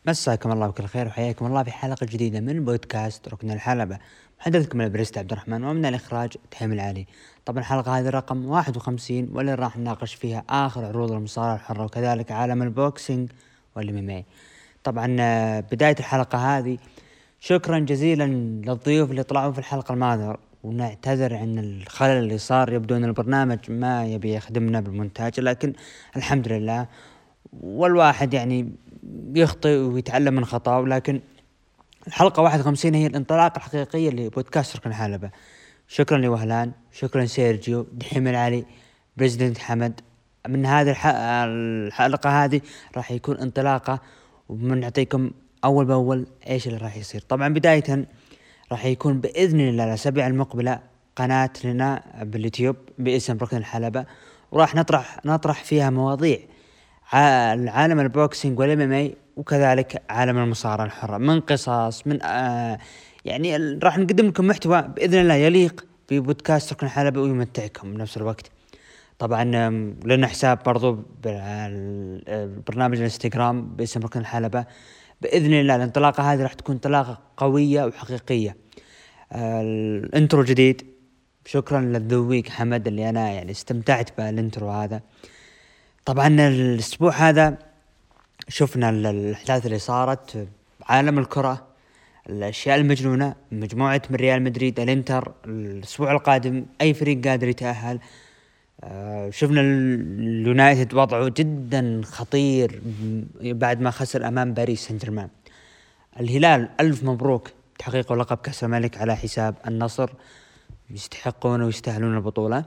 مساكم الله بكل خير وحياكم الله في حلقة جديدة من بودكاست ركن الحلبة. محدثكم البريست عبد الرحمن، ومن الإخراج تحيم العلي. طبعا الحلقة هذه رقم 51 واللي راح نناقش فيها آخر عروض المصارعة الحرة وكذلك عالم البوكسينج والMMA. طبعا بداية الحلقة هذه شكرا جزيلا للضيوف اللي طلعوا في الحلقة الماضية، ونعتذر عن الخلل اللي صار. يبدو أن البرنامج ما يبي يخدمنا بالمونتاج، لكن الحمد لله، والواحد يعني يخطئ ويتعلم من خطأه. لكن الحلقة 51 هي الانطلاقة الحقيقية لبودكاست ركن الحلبة. شكرا لوهلان، شكرا سيرجيو، دحيم العلي، بريزيدنت حمد. من هذه الحلقة هذه راح يكون انطلاقة، وبنعطيكم أول بأول إيش اللي راح يصير. طبعا بداية راح يكون بإذن الله الأسابيع المقبلة قناة لنا باليوتيوب باسم ركن الحلبة، وراح نطرح فيها مواضيع عالم البوكسينج والMMA وكذلك عالم المصارعة الحرة، من قصص من يعني راح نقدم لكم محتوى بإذن الله يليق ببودكاست ركن الحلبة ويمتعكم بنفس الوقت. طبعا لنا حساب برضو برنامج الانستغرام باسم ركن الحلبة. بإذن الله الانطلاقة هذه راح تكون انطلاقة قوية وحقيقية. الانترو جديد، شكرا للذويق حمد اللي أنا يعني استمتعت بالانترو هذا. طبعا الأسبوع هذا شفنا الأحداث اللي صارت عالم الكرة، الأشياء المجنونة، مجموعة من ريال مدريد، الانتر، الأسبوع القادم أي فريق قادر يتأهل. شفنا اليونايتد وضعه جدا خطير بعد ما خسر أمام باريس سان جيرمان. الهلال ألف مبروك تحقيق لقب كأس الملك على حساب النصر، يستحقون ويستاهلون البطولة.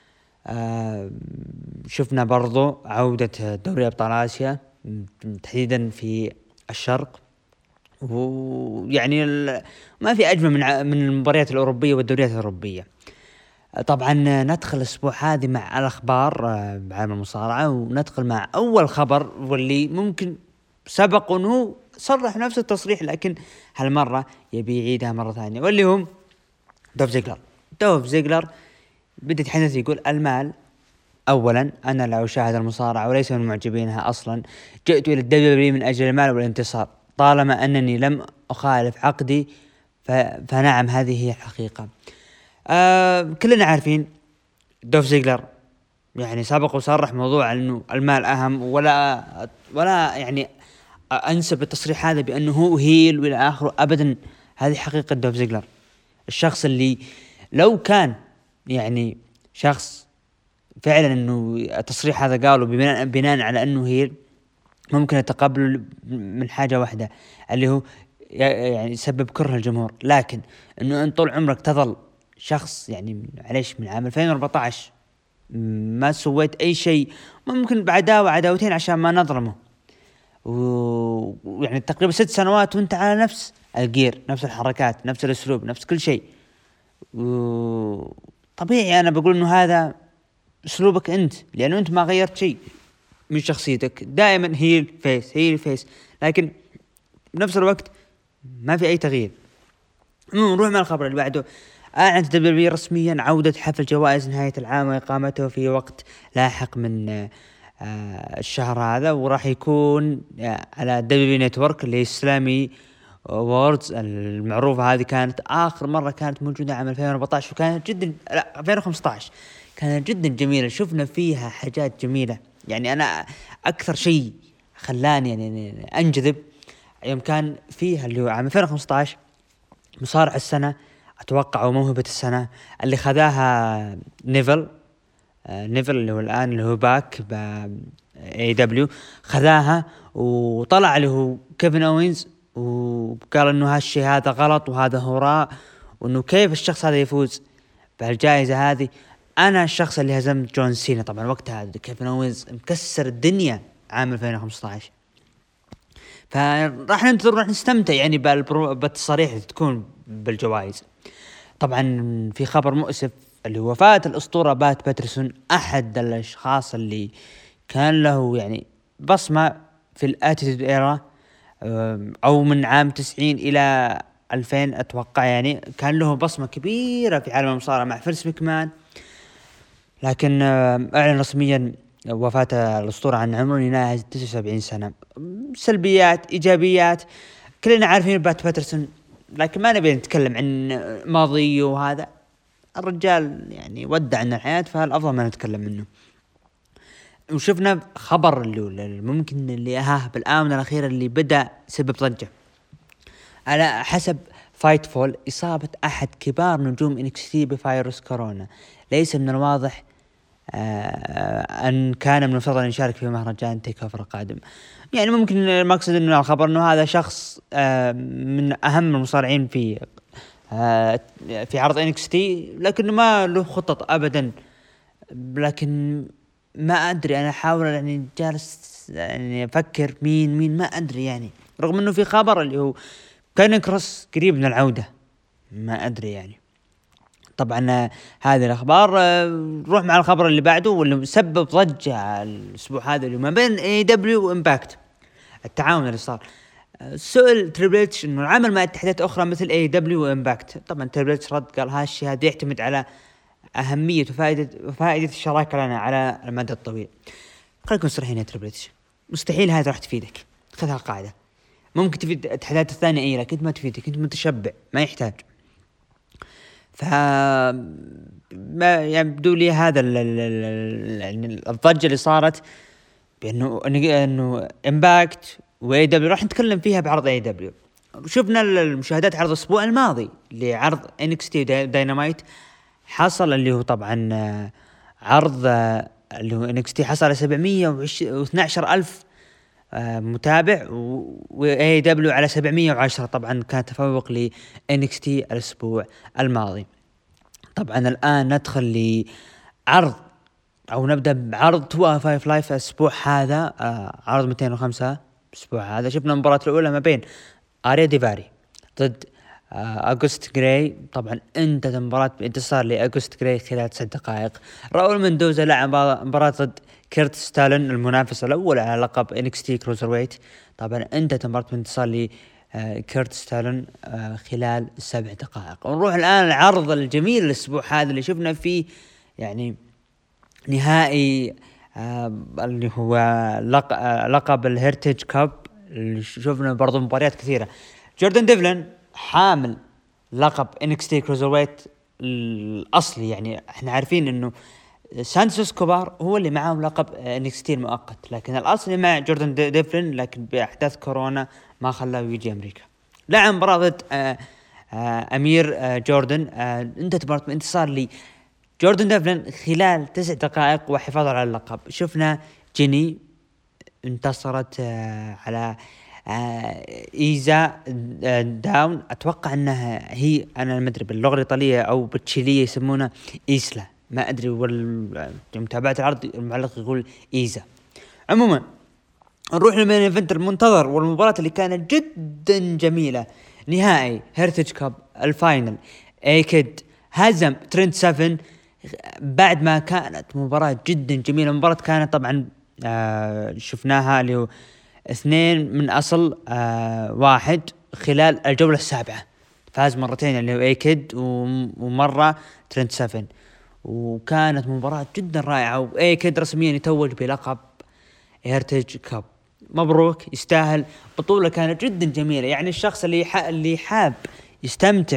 شفنا برضو عودة دوري أبطال آسيا تحديدا في الشرق، ويعني ما في أجمل من المباريات الأوروبية والدوريات الأوروبية. طبعا ندخل الأسبوع هذه مع الأخبار بعالم المصارعة، وندخل مع أول خبر واللي ممكن سبق أنه صرح نفس التصريح، لكن هالمرة يبي يعيدها مرة ثانية، واللي هم دوف زيغلر بدأ يتحدث يقول: المال أولا، أنا لا أشاهد المصارعة وليس من معجبينها أصلا، جئت إلى الدبليو من أجل المال والانتصار، طالما أنني لم أخالف عقدي فنعم هذه هي الحقيقة. كلنا عارفين دوف زيغلر يعني سبق وصرح موضوع أنه المال أهم، ولا يعني أنسب التصريح هذا بأنه هو هيل وإلى آخره أبدا. هذه حقيقة دوف زيغلر، الشخص اللي لو كان يعني شخص فعلا انه التصريح هذا قاله بناء على انه هيل، ممكن يتقبل من حاجة واحدة اللي هو يعني يسبب كره الجمهور. لكن انه انت طول عمرك تظل شخص يعني معليش من عام 2014 ما سويت اي شيء، ممكن عداوتين عشان ما نظلمه، ويعني تقريبا 6 سنوات وانت على نفس الجير، نفس الحركات، نفس الاسلوب، نفس كل شيء. طبيعي انا بقول انه هذا اسلوبك انت، لانه انت ما غيرت شيء من شخصيتك، دائما هيل فيس، لكن بنفس الوقت ما في اي تغيير. نروح مع الخبر اللي بعده. اعلنت دبليو رسميا عودة حفل جوائز نهاية العام واقامته في وقت لاحق من الشهر هذا، وراح يكون على دبليو نتورك اللي اسلامي ووردز المعروفة. هذه كانت آخر مرة كانت موجودة عام 2014، وكانت جدا 2015 كانت جدا جميلة، شفنا فيها حاجات جميلة. يعني أنا أكثر شيء خلاني يعني أنجذب يوم كان فيها اللي هو عام 2015 مصارع السنة أتوقع وموهبة السنة اللي خذاها نيفل اللي هو الآن اللي هو باك AEW، خذاها وطلع اللي هو كيفن أوينز وقال انه هالشيء هذا غلط وهذا هراء، وانه كيف الشخص هذا يفوز بهالجائزة هذه. انا الشخص اللي هزمت جون سينا طبعا وقتها كيفن أوينز مكسر الدنيا عام 2015، فراح ننتظر وراح نستمتع يعني بالتصاريح اللي تكون بالجوائز. طبعا في خبر مؤسف اللي هو وفاة الأسطورة بات باترسون، أحد الأشخاص اللي كان له يعني بصمة في الاتيتود إيرا، أو من عام 90 إلى 2000 أتوقع، يعني كان له بصمة كبيرة في عالم المصارعة مع فينس ماكمان. لكن أعلن رسميا وفاة الأسطورة عن عمره يناهز 79 سنة. سلبيات ايجابيات. كلنا عارفين بات باترسون، لكن ما نبي نتكلم عن ماضيه، وهذا الرجال يعني ودع عنا الحياة، فالافضل ما نتكلم منه. وشفنا خبر اللي ممكن اللي بالآونة الأخيرة اللي بدأ سبب ضجة على حسب فايت فول، إصابة أحد كبار نجوم إنكسي بفيروس كورونا. ليس من الواضح أن كان من المفروض أن يشارك في مهرجان تيك أوفر القادم. يعني ممكن المقصد أن الخبر أنه هذا شخص من أهم المصارعين في عرض NXT، لكنه ما له خطط أبدا. لكن ما أدري، أنا أحاول يعني جالس يعني أفكر مين ما أدري يعني، رغم أنه في خبر اللي هو كان كروس قريب من العودة، ما أدري يعني. طبعا هذه الأخبار. نروح مع الخبر اللي بعده واللي سبب ضجة الأسبوع هذا، اللي ما بين AEW وإمباكت، التعاون اللي صار. سئل تريبل اتش إنه العمل مع اتحادات أخرى مثل AEW وإمباكت. طبعا تريبل اتش رد قال هالشيء هذا يعتمد على أهمية وفائدة الشراكة لنا على المدى الطويل. خليكم صريحين يا تريبل اتش، مستحيل هذا راح تفيدك، خذها قاعدة. ممكن تفيد الاتحادات الثانية لكن ما تفيدك، انت متشبع ما يحتاج. ف ما يبدو لي هذا الضجة اللي صارت بأنه إمباكت وAEW راح نتكلم فيها بعرض AEW. شفنا المشاهدات عرض الأسبوع الماضي لعرض NXT داينامايت، حصل اللي هو طبعا عرض اللي هو NXT حصل على 712 ألف متابع، وAEW على 710. طبعا كان تفوق ل NXT الأسبوع الماضي. طبعا الآن ندخل لعرض أو نبدأ بعرض 205 لايف الأسبوع هذا. عرض 205 الأسبوع هذا شفنا المباراة الأولى ما بين آريا ديفاري ضد أغوست غراي. طبعا انتهت المباراة بانتصار لأغوست غراي خلال 9 دقائق. راؤول مندوزا لعب مباراة ضد كيرت ستالون المنافس الأول على لقب NXT كروزر. طبعا انتهت المباراة بانتصار لكيرت ستالون خلال 7 دقائق. ونروح الآن العرض الجميل الأسبوع هذا اللي شفنا فيه يعني نهائي اللي هو لقب الهيرتج كاب. اللي شفنا برضو مباريات كثيرة. جوردن ديفلن حامل لقب NXT كروزرويت الأصلي، يعني احنا عارفين انه سانتوس كوبار هو اللي معاه لقب NXT المؤقت، لكن الأصلي مع جوردن ديفلن، لكن بأحداث كورونا ما خلاه يجي أمريكا. لعب مباراة ضد أمير جوردن. انتهت مباراة بانتصار لي جوردن ديفلن خلال 9 دقائق وحفاظ على اللقب. شفنا جيني انتصرت على إيزا داون. أتوقع أنها هي، أنا ما أدري باللغة الإيطالية أو بالتشيلية يسمونها إيسلا، ما أدري. متابعة العرض المعلق يقول إيزا. عموما نروح للمين إيفنت المنتظر والمباراة اللي كانت جدا جميلة، نهائي هيرتج كاب الفاينل. ايكيد هزم ترينت 7 بعد ما كانت مباراة جدا جميلة. المباراة كانت طبعا شفناها اللي هو 2 من أصل 1 خلال الجولة السابعة. فاز مرتين اللي هو ايكيد ومرة ترينت 7، وكانت مباراة جدا رائعة. وايكيد رسميا يتوج بلقب هيرتج كاب. مبروك، يستاهل. بطولة كانت جدا جميلة، يعني الشخص اللي حاب يستمتع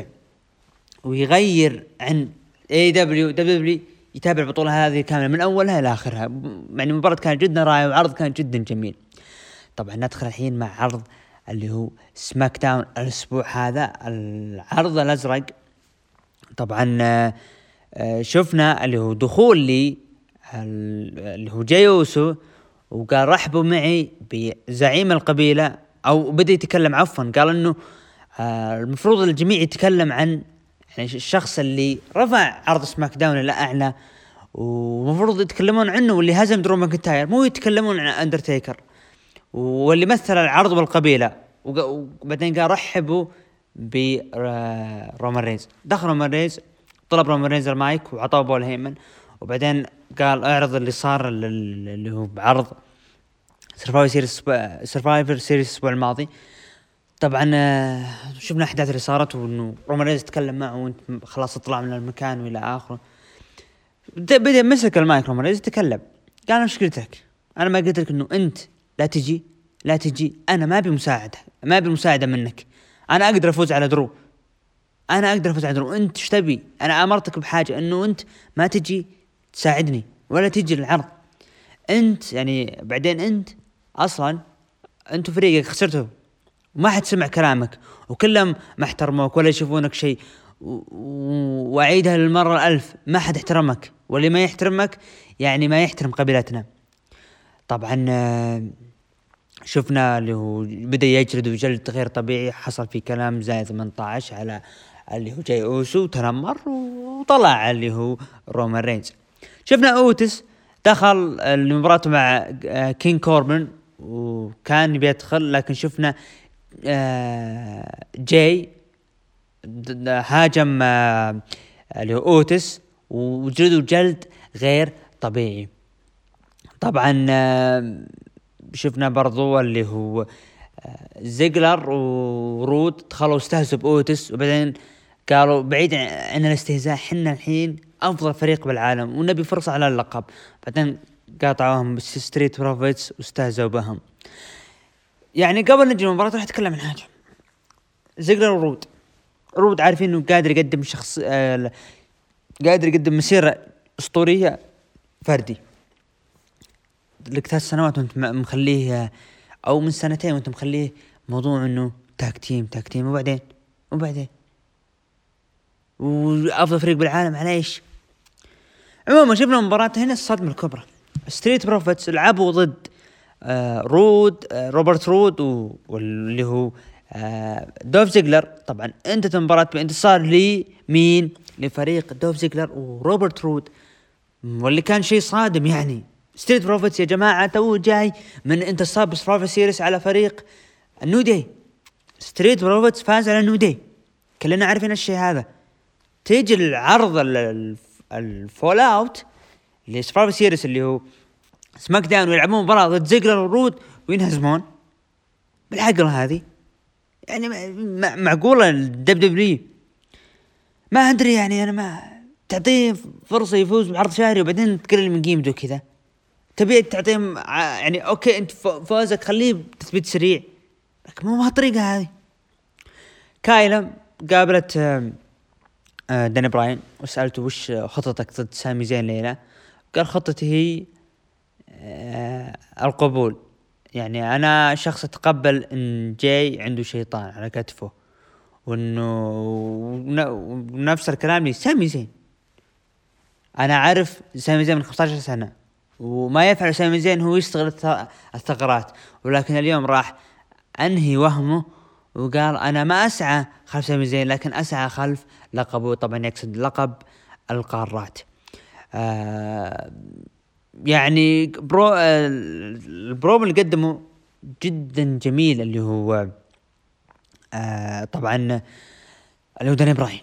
ويغير عن WWE يتابع البطولة هذه كاملة من أولها إلى آخرها. يعني المباراة كانت جدا رائعة وعرض كان جدا جميل. طبعا ندخل الحين مع عرض اللي هو سماك داون الأسبوع هذا، العرض الأزرق. طبعا شفنا اللي هو دخول لي اللي هو جاي أوسو، وقال رحبوا معي بزعيم القبيلة، أو بدأ يتكلم عفوا قال إنه المفروض الجميع يتكلم عن يعني الشخص اللي رفع عرض سماك داون إلى أعلى، ومفروض يتكلمون عنه، واللي هزم درو ماكنتاير، مو يتكلمون عن أندرتيكر واللي مثل العرض والقبيلة. وبعدين قال رحبوا برومان رينز. دخل رومان رينز، طلب رومان رينز المايك وعطاه بول هيمن، وبعدين قال اعرض اللي صار اللي هو بعرض سرفايفر سيريس الأسبوع الماضي. طبعا شفنا احداث اللي صارت، وانه رومان رينز تكلم معه وانت خلاص اطلع من المكان والى اخره. بدأ مسك المايك رومان رينز تكلم، قال انا ايش قلت لك؟ انا ما قلت لك انه انت لا تجي، لا تجي، انا ما ابي مساعده، ما ابي مساعده منك، انا اقدر افوز على درو، انا اقدر افوز على درو، انت ايش تبي؟ انا امرتك بحاجه انه انت ما تجي تساعدني ولا تجي للعرض. انت يعني بعدين انت اصلا انتوا فريقك خسرتوا وما حد سمع كلامك وكلهم ما احترموك ولا يشوفونك شيء، واعيدها للمره الألف، ما حد احترمك، واللي ما يحترمك يعني ما يحترم قبيلتنا. طبعا شفنا اللي هو بدأ يجلد وجلد غير طبيعي، حصل في كلام زائد 18 على اللي هو جاي أوسو، تنمر وطلع اللي هو رومان رينز. شفنا أوتس دخل المباراة مع كين كوربن وكان بيدخل، لكن شفنا جاي هاجم اللي هو أوتس وجلده جلد غير طبيعي. طبعا شفنا برضو اللي هو زيجلر ورود دخلوا استهزوا بأوتس، وبعدين قالوا بعيد عن الاستهزاء، حنا الحين أفضل فريق بالعالم ونبي فرصة على اللقب. بعدين قاطعوهم ستريت بروفيتس واستهزوا بهم. يعني قبل نجي المباراة راح أتكلم عن حاجة. زيجلر ورود عارفين إنه قادر يقدم شخص قادر يقدم مسيرة أسطورية فردي. لك 3 سنوات وانت مخليه، او من 2 وانت مخليه موضوع انه تاك تيم وبعدين وافضل فريق بالعالم على ايش؟ عموما شفنا مباراة هنا الصدمة الكبرى. ستريت بروفيتس لعبوا ضد روبرت رود واللي هو دوف زيجلر. طبعا انتهت المباراة بانتصار لمين؟ لفريق دوف زيجلر وروبرت رود، واللي كان شيء صادم. يعني ستريت بروفيتس يا جماعة تو جاي من انتصار بسرافا سيريس على فريق النيو داي. ستريت بروفيتس فاز على النيو داي، كلنا عارفين الشيء هذا. تيجي العرض الفول اوت لسرافا سيريس اللي هو سماك داون ويلعبون مباراة ضد زيجلر ورود وينهزمون بالعقل هذه؟ يعني معقولة الدبليو؟ ما أدري، يعني أنا ما تعطيه فرصة يفوز بعرض شهري وبعدين تقلل من قيمته كذا. تبي تعطيهم يعني اوكي انت فوزك خليه بتثبيت سريع، لكن مو بهالطريقه هذه. كايلا قابلت داني براين وسألته وش خطتك ضد سامي زين ليلة؟ قال خطتي هي القبول. يعني انا شخص اتقبل ان جاي عنده شيطان على كتفه، وانه نفس الكلام لي سامي زين. انا عارف سامي زين من 15 سنة وما يفعل سامي زين هو يستغل الثغرات، ولكن اليوم راح انهي وهمه وقال انا ما اسعى خلف سامي زين لكن اسعى خلف لقبه. طبعا يقصد لقب القارات. يعني البروم اللي قدمه جدا جميل، اللي هو طبعا اللي هو داني براين،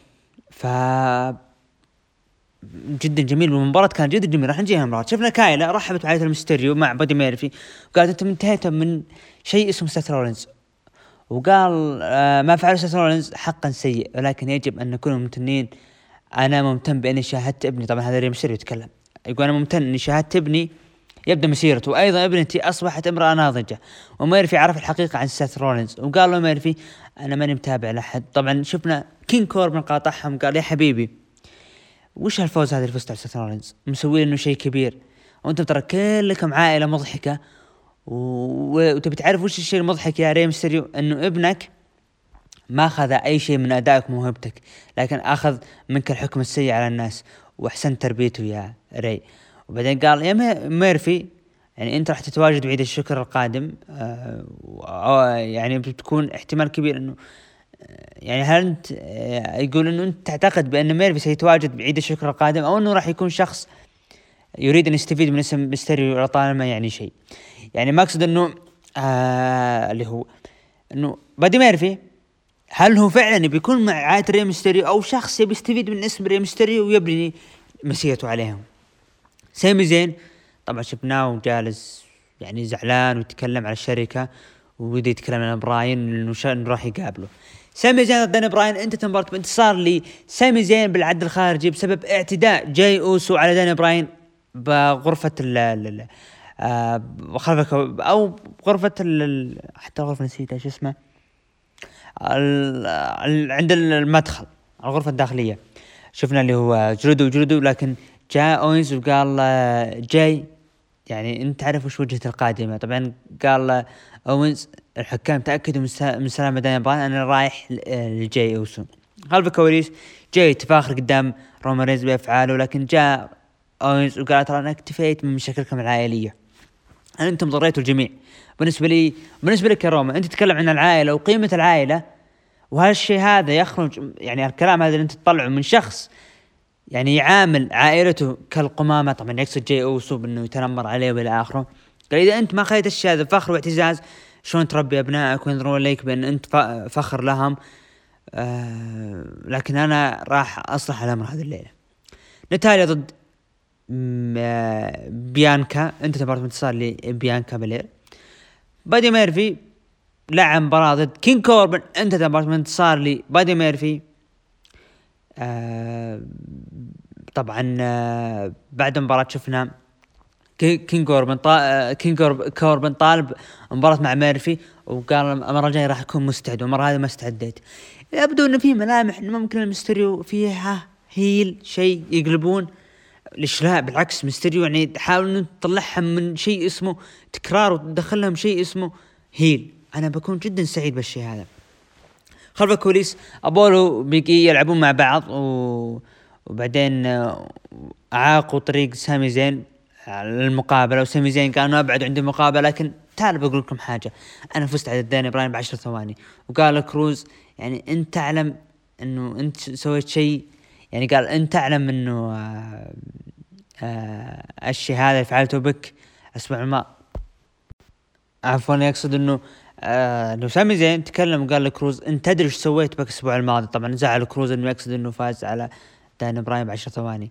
جدا جميل. والمباراة كانت جدا جميلة. راح نجيها مباراة. شفنا كايلا رحبت على الميستيريو مع بودي ميرفي وقالت انتم انتهيتوا من شيء اسمه سيث رولينز، وقال ما فعل سيث رولينز حقا سيء ولكن يجب ان نكون ممتنين. انا ممتن باني شاهدت ابني، طبعا هذا الميستيريو يتكلم، يقول انا ممتن اني شاهدت ابني يبدأ مسيرته، وايضا ابنتي اصبحت امرأة ناضجة. وميرفي عرف الحقيقة عن سيث رولينز وقال له ميرفي انا ماني متابع لحد. طبعا شفنا كين كوربن قاطعهم قال يا حبيبي وش هالفوز هذا اللي فزت على سيث رولينز؟ مسوي انه شيء كبير وانتم ترى كلكم عائلة مضحكة وتبي تعرف وش الشيء المضحك يا ري ميستيريو؟ انه ابنك ما اخذ اي شيء من ادائك وموهبتك، لكن اخذ منك الحكم السيء على الناس واحسن تربيته يا ري. وبعدين قال يا ميرفي يعني انت راح تتواجد بعيد الشكر القادم، يعني بتكون احتمال كبير انه يعني هل انت يقول انه انت تعتقد بان ميرفي سيتواجد بعيد الشكر القادم، او انه راح يكون شخص يريد ان يستفيد من اسم ميستيريو لطالما يعني شيء. يعني ما اقصد انه اللي هو انه بادي ميرفي هل هو فعلا بيكون مع عائلة ري ميستيريو او شخص يبي يستفيد من اسم ري ميستيريو ويبني مسيرته عليهم. سامي زين طبعا شفناه وجالس يعني زعلان ويتكلم على الشركة وبدأ يتكلم عن براين انه راح يقابله. سامي زين ضد داني براين انت مباراة بانتصار لسامي زين بالعد الخارجي بسبب اعتداء جاي اوسو على داني براين بغرفة خلف او غرفة حتى الغرفة نسيت ايش اسمه، عند المدخل الغرفة الداخلية شفنا اللي هو جلدو، لكن جاء اوينز وقال جاي يعني انت تعرف وش وجهة القادمة. طبعا قال اوينز الحكام تأكدوا من سلامة دانيال براين، انا رايح لجاي اوسو. خلف الكواليس جاي تفاخر قدام رومان رينز بافعاله، لكن جاء اوينز وقال ترى انا اكتفيت من مشاكلكم العائلية، انتم ضريتوا الجميع. بالنسبة لك يا روما انت تتكلم عن العائلة وقيمة العائلة، وهالشيء هذا يخرج يعني الكلام هذا اللي انت تطلعه من شخص يعني يعامل عائلته كالقمامة. طبعا يقصد جاي اوسو بانه يتنمر عليه والى اخره. قال اذا انت ما خليت الشيء هذا فخر واعتزاز، شلون تربي ابنائك وينظرون اليك بان انت فخر لهم؟ لكن انا راح اصلح الامر هذه الليلة. نتاليا ضد بيانكا، انت مباراة انتصار لبيانكا بلير. بادي ميرفي لعب مباراة ضد كين كوربن، انت مباراة انتصار لبادي ميرفي. طبعا بعد المباراة شفنا كين كوربن طالب مباراة مع ميرفي، وقال المرة الجاية راح أكون مستعد، والمرة هذه ما استعديت. يبدو أن في ملامح إنه ممكن الميستيريو فيها هيل شيء يقلبون. ليش لا؟ بالعكس ميستيريو يعني تحاول إنه تطلعهم من شيء اسمه تكرار وتدخلهم شيء اسمه هيل. أنا بكون جدا سعيد بالشيء هذا. خلف الكواليس أبولو بيجي يلعبون مع بعض وبعدين أعاقوا طريق سامي زين للمقابلة، وسامي زين كان أبعد عندي مقابلة. لكن تعال بقول لكم حاجة، أنا فزت على دانيال براين ب10 ثواني. وقال كروز يعني أنت تعلم أنه أنت سويت شيء، يعني قال أنت تعلم أنه الشيء هذا فعلته بك أسبوع ما، عفوا يقصد أنه لو سامي زين تكلم وقال لكروز انت تدري ايش سويت بك الاسبوع الماضي. طبعا زعل كروز انه يقصد انه فاز على دانيال براين ب10 ثواني.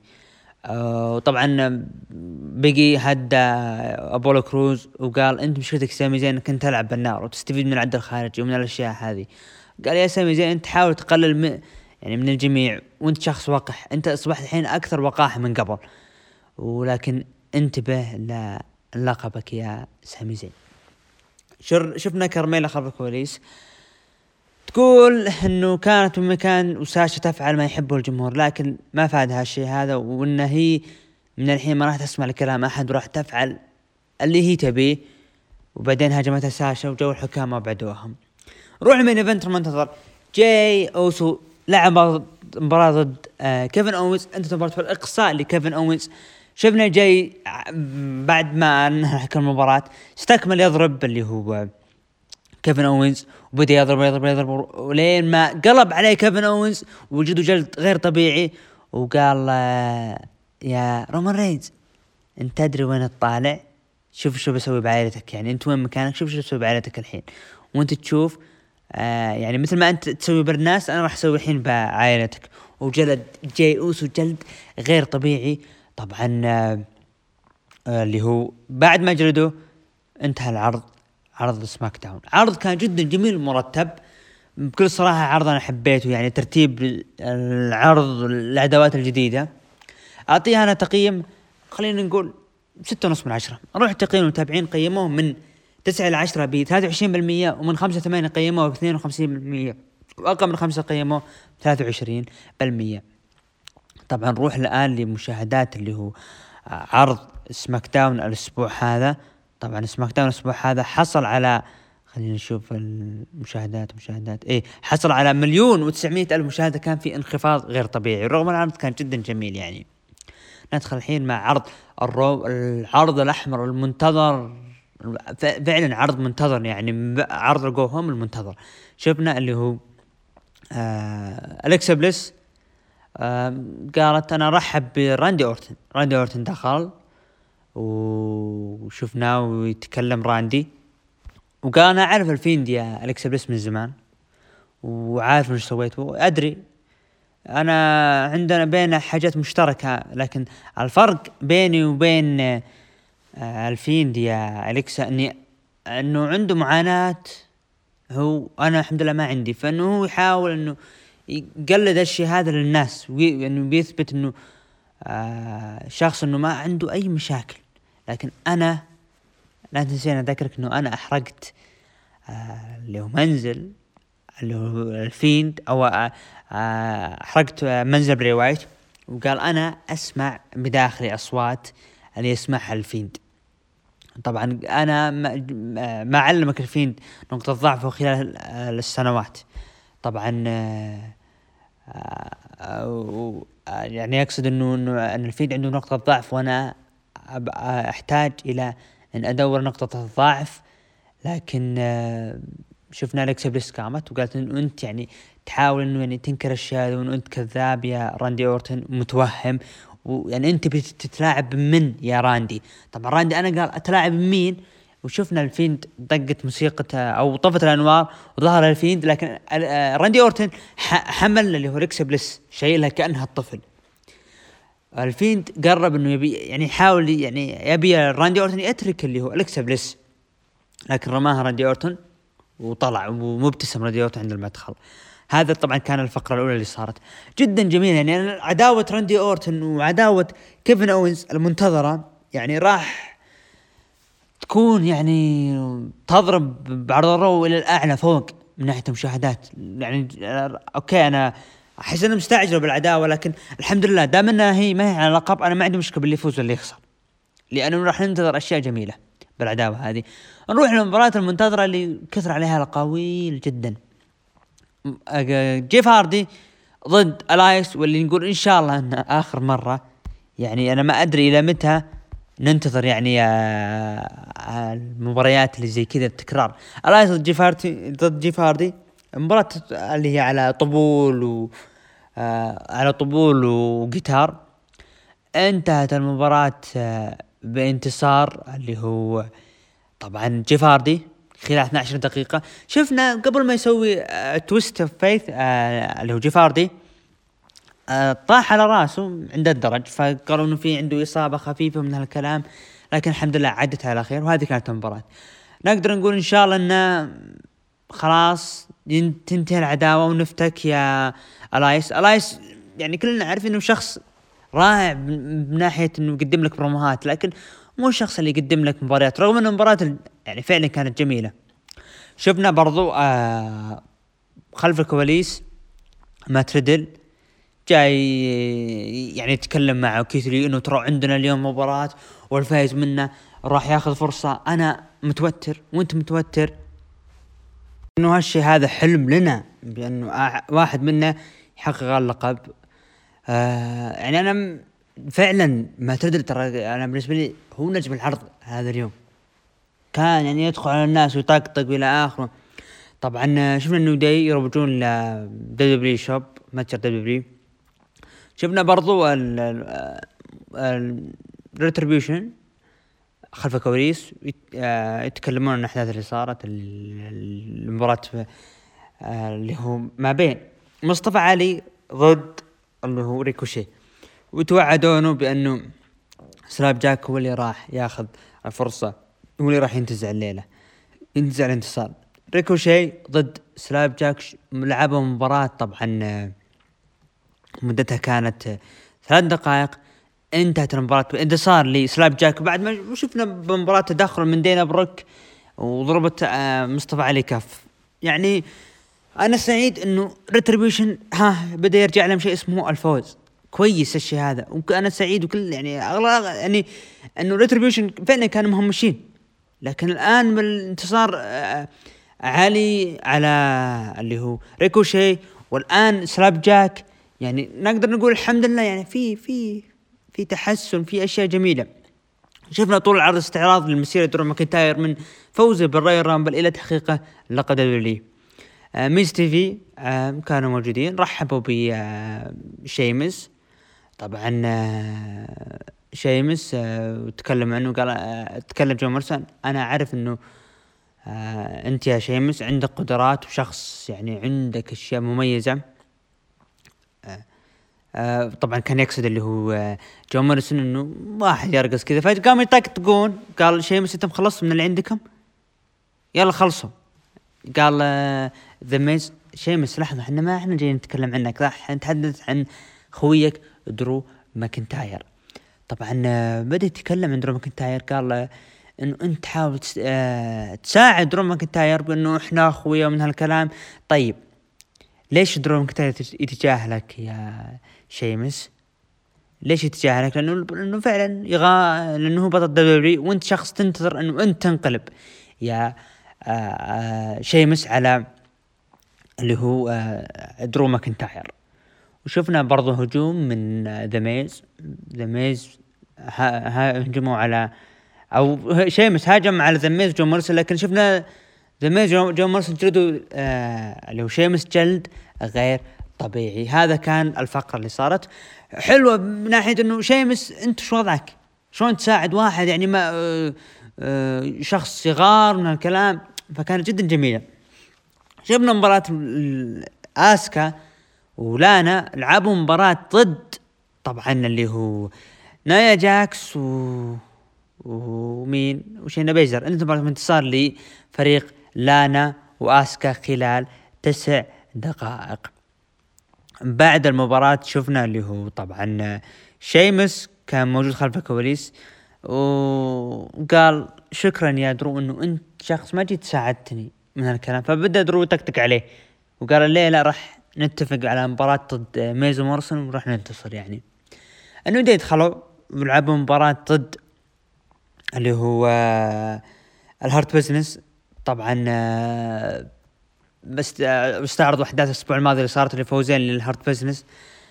وطبعا بيجي هدى ابولو كروز وقال انت مشكلتك سامي زين انك انت تلعب بالنار وتستفيد من العد الخارجي ومن الاشياء هذه. قال يا سامي زين انت حاول تقلل يعني من الجميع، وانت شخص وقح، انت اصبحت الحين اكثر وقاحة من قبل، ولكن انتبه للقبك يا سامي زين. شفنا كارميلا خلف الكواليس تقول انه كانت بمكان وساشا تفعل ما يحبه الجمهور، لكن ما فاد هالشيء هذا، وان هي من الحين ما راح تسمع لكلام احد وراح تفعل اللي هي تبيه. وبعدين هاجمتها ساشا وجو الحكام ما بعدوهم. روح من ايفنت المنتظر، جاي اوسو لعب مباراة ضد كيفن اوينز، انت مباراة في الاقصاء لكيفن اوينز. شفنا جاي بعد ما انهى المباراة استكمل يضرب اللي هو كيفن اوينز، وبدأ يضرب ولين ما قلب عليه كيفن اوينز ووجده جلد غير طبيعي. وقال يا رومان رينز انت تدري وين تطالع؟ شوف شو بسوي بعائلتك، يعني انت وين مكانك؟ شوف شو بسوي بعائلتك الحين، وانت تشوف يعني مثل ما انت تسوي بالناس انا راح اسوي الحين بعائلتك. وجلد جاي اوسو جلد غير طبيعي. طبعا اللي هو بعد ما جلده انتهى العرض، عرض سماك داون. عرض كان جدا جميل ومرتب بكل صراحة، عرض انا حبيته، يعني ترتيب العرض العداوات الجديدة. اعطيها انا تقييم خلينا نقول 6.5/10. اروح تقييم المتابعين قيموه من 9 ل10 ب23%، ومن 5-8 قيموه ب52%، واقل من 5 قيموه ب23%. طبعا نروح الآن لمشاهدات اللي هو عرض سماك داون الأسبوع هذا. طبعا سماك داون الأسبوع هذا حصل على، خلينا نشوف المشاهدات حصل على 1,900,000 مشاهدة. كان في انخفاض غير طبيعي رغم العرض كان جدا جميل. يعني ندخل الحين مع عرض العرض الأحمر المنتظر، فعلا عرض منتظر، يعني عرض الجو هوم المنتظر. شفنا اللي هو أليكسا بليس قالت أنا رحب براندي أورتن. راندي أورتن دخل وشفناه ويتكلم راندي وقال أنا أعرف الفيند يا أليكسا بليس من زمان وعارف وش سويته، أدري أنا عندنا بين حاجات مشتركة، لكن الفرق بيني وبين الفيند يا أليكسا أنه عنده معاناة، هو أنا الحمد لله ما عندي. فإنه هو يحاول أنه يقلد الشيء هذا للناس، وإنه بيثبت أنه شخص أنه ما عنده أي مشاكل. لكن أنا لا تنسين أذكرك إنه أنا أحرقت اللي هو منزل اللي هو الفيند، أو أحرقت منزل بري وايت، وقال أنا أسمع بداخلي أصوات اللي يسمعها الفيند. طبعا أنا ما علمك الفيند نقطة ضعفه خلال السنوات. طبعا يعني أقصد إنه أن الفيند عنده نقطة ضعف، وأنا أحتاج إلى أن أدور نقطة الضعف. لكن شفنا أليكسا بليس قامت وقالت إنه أنت يعني تحاول إنه يعني تنكر الشيء، وإنه أنت كذاب يا راندي أورتن، متوهم، ويعني أنت بتتلاعب من يا راندي. طبعا راندي أنا قال أتلاعب مين؟ وشفنا الفيند دقت موسيقى أو طفت الأنوار وظهر الفيند، لكن راندي أورتن حمل اللي هو أليكسا بليس شايلها كأنها الطفل. الفيند قرب إنه يبي يعني يحاول يعني يبي راندي أورتن يترك اللي هو أليكسا بليس، لكن رماها راندي أورتن وطلع ومبتسم راندي أورتن عند المدخل. هذا طبعا كان الفقرة الأولى اللي صارت جدا جميلة. يعني عداوة راندي أورتن وعداوة كيفن أوينز المنتظرة يعني راح تكون يعني تضرب بعرض الرو إلى الأعلى فوق من ناحية المشاهدات. يعني أوكي أنا أحس أنا مستعجل بالعداوة، لكن الحمد لله دام أنها هي ما هي على لقب، أنا ما عندي مشكلة باللي يفوز واللي يخسر، لأنه راح ننتظر أشياء جميلة بالعداوة هذه. نروح للمباراة المنتظرة اللي كثر عليها الأقاويل جدا، جيف هاردي ضد ألايس، واللي نقول إن شاء الله أن آخر مرة. يعني أنا ما أدري إلى متى ننتظر يعني المباريات اللي زي كذا التكرار. ألايس ضد جيف هاردي مباراة اللي هي على طبول على طبول وجيتار. انتهت المباراة بانتصار اللي هو طبعا جيف هاردي خلال 12 دقيقة. شفنا قبل ما يسوي تويست اوف فيث اللي هو جيف هاردي طاح على راسه عند الدرج، فقالوا انه في عنده إصابة خفيفة من هالكلام، لكن الحمد لله عدت على خير. وهذه كانت المباراة. نقدر نقول ان شاء الله ان خلاص تنتهي العداوة ونفتك يا ألايس. يعني كلنا عارف انه شخص رائع من ناحية انه يقدم لك بروموهات، لكن مو الشخص اللي يقدم لك مباريات، رغم ان المباراة يعني فعلا كانت جميلة. شفنا برضو خلف الكواليس مات ريدل جاي يعني يتكلم مع كيثلي انه ترى عندنا اليوم مباراة والفايز منه راح ياخذ فرصة. انا متوتر وانت متوتر، انه هالشي هذا حلم لنا بانه واحد منا يحقق اللقب. يعني انا فعلا ما تدري، ترى انا بالنسبه لي هو نجم العرض هذا اليوم، كان يعني يدخل على الناس ويطقطق الى اخره. طبعا شفنا انه داي يروجون ل دبليو شوب ماتشر دبليو. شفنا برضو الريتريبيوشن خلف الكواليس يتكلمون عن الاحداث اللي صارت المباراة اللي هو ما بين مصطفى علي ضد اللي هو ريكوشي، وتوعدونه بأنه سلاب جاك هو اللي راح ياخذ الفرصة، هو اللي راح ينتزع الليلة، ينتزع الانتصار. ريكوشي ضد سلاب جاك لعبوا مباراة طبعا مدتها كانت 3 دقائق. انتهت المباراة بانتصار لسلاب جاك بعد ما شفنا بمباراة تدخل من دينا بروك وضربت مصطفى علي كف. يعني انا سعيد انه ريتريبيوشن بدأ يرجع لهم شيء اسمه الفوز، كويس الشيء هذا، وانا سعيد. وكل يعني اغلب يعني انه ريتريبيوشن فعلا كانوا مهمشين، لكن الان بالانتصار عالي على اللي هو ريكوشي والان سلاب جاك، يعني نقدر نقول الحمد لله يعني في تحسن، في اشياء جميله. شفنا طول العرض استعراض للمسيرة درو ماكنتاير من فوزه بالراي رامبل الى تحقيقه لقب دبليو. ميز تي في كانوا موجودين، رحبوا بشيمس. طبعا شيمس تكلم عنه، قال تكلم جو مرسن، انا اعرف انه انت يا شيمس عندك قدرات وشخص يعني عندك اشياء مميزة. طبعا كان يقصد اللي هو جو موريسون انه واحد يرقص كذا، فقام يطقطقون. قال شيمس انتم خلصتوا من اللي عندكم، يلا خلصوا. قال ذا ميز شيمس لحظة، احنا ما احنا جايين نتكلم عنك، راح نتحدث عن خويك درو ماكنتاير. طبعا بدأ يتكلم عن درو ماكنتاير، قال انه انت تحاول تساعد درو ماكنتاير بانه احنا اخويا من هالكلام. طيب ليش درو ماكنتاير يتجاهلك يا شيمس؟ ليش يتجاهلك؟ لانه فعلا لانه هو بطل دبليو، وانت شخص تنتظر انه انت تنقلب يا شيمس على اللي هو درو ماكنتاير. وشفنا برضو هجوم من ذا ميز هجموا على او شيمس هاجم على ذا ميز جون مورسون، لكن شفنا ذا ميز جون مورسون جلدوا اللي هو شيمس جلد غير طبيعي. هذا كان الفقرة اللي صارت حلوة من ناحية انه شيمس انت شو وضعك، شلون تساعد واحد يعني ما شخص صغار من هالكلام، فكانت جدا جميلة. شفنا مباراة آسكا ولانا لعبوا مباراة ضد طبعا اللي هو نايا جاكس ومين وشينا بيزر. انت مباراة انتصار لفريق لانا وآسكا خلال 9 دقائق. بعد المباراة شفنا اللي هو طبعا شيمس كان موجود خلف الكواليس وقال شكرا يا درو انه انت شخص ما جيت ساعدتني من هالكلام. فبدأ درو تكتك عليه وقال الليلة راح نتفق على مباراة ضد ميز ومورسون وراح ننتصر. يعني انه يدخلوا ولعبوا مباراة ضد اللي هو الهارت بيزنس. طبعا بس استعرضوا احداث الاسبوع الماضي اللي صارت لفوزين للهارت بيزنس.